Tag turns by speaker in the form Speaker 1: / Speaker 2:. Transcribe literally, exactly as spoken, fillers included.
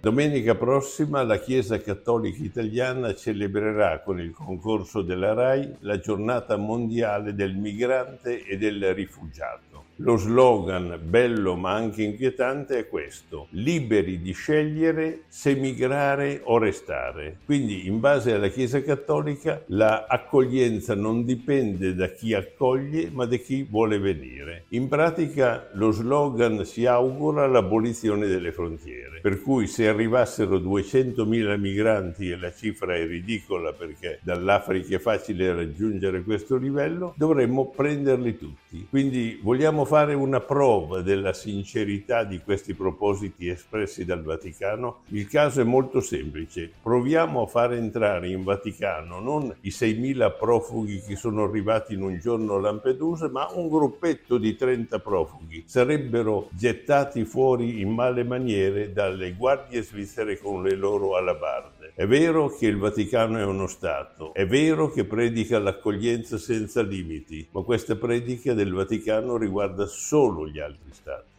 Speaker 1: Domenica prossima la Chiesa Cattolica Italiana celebrerà con il concorso della RAI la giornata mondiale del migrante e del rifugiato. Lo slogan, bello ma anche inquietante, è questo: liberi di scegliere se migrare o restare. Quindi, in base alla Chiesa Cattolica, la accoglienza non dipende da chi accoglie, ma da chi vuole venire. In pratica, lo slogan si augura l'abolizione delle frontiere, per cui se arrivassero duecentomila migranti, e la cifra è ridicola perché dall'Africa è facile raggiungere questo livello, dovremmo prenderli tutti. Quindi vogliamo fare una prova della sincerità di questi propositi espressi dal Vaticano? Il caso è molto semplice. Proviamo a far entrare in Vaticano non i seimila profughi che sono arrivati in un giorno a Lampedusa, ma un gruppetto di trenta profughi. Sarebbero gettati fuori in male maniere dalle guardie svizzere con le loro alabarde. È vero che il Vaticano è uno Stato, è vero che predica l'accoglienza senza limiti, ma questa predica del Vaticano riguarda solo gli altri Stati.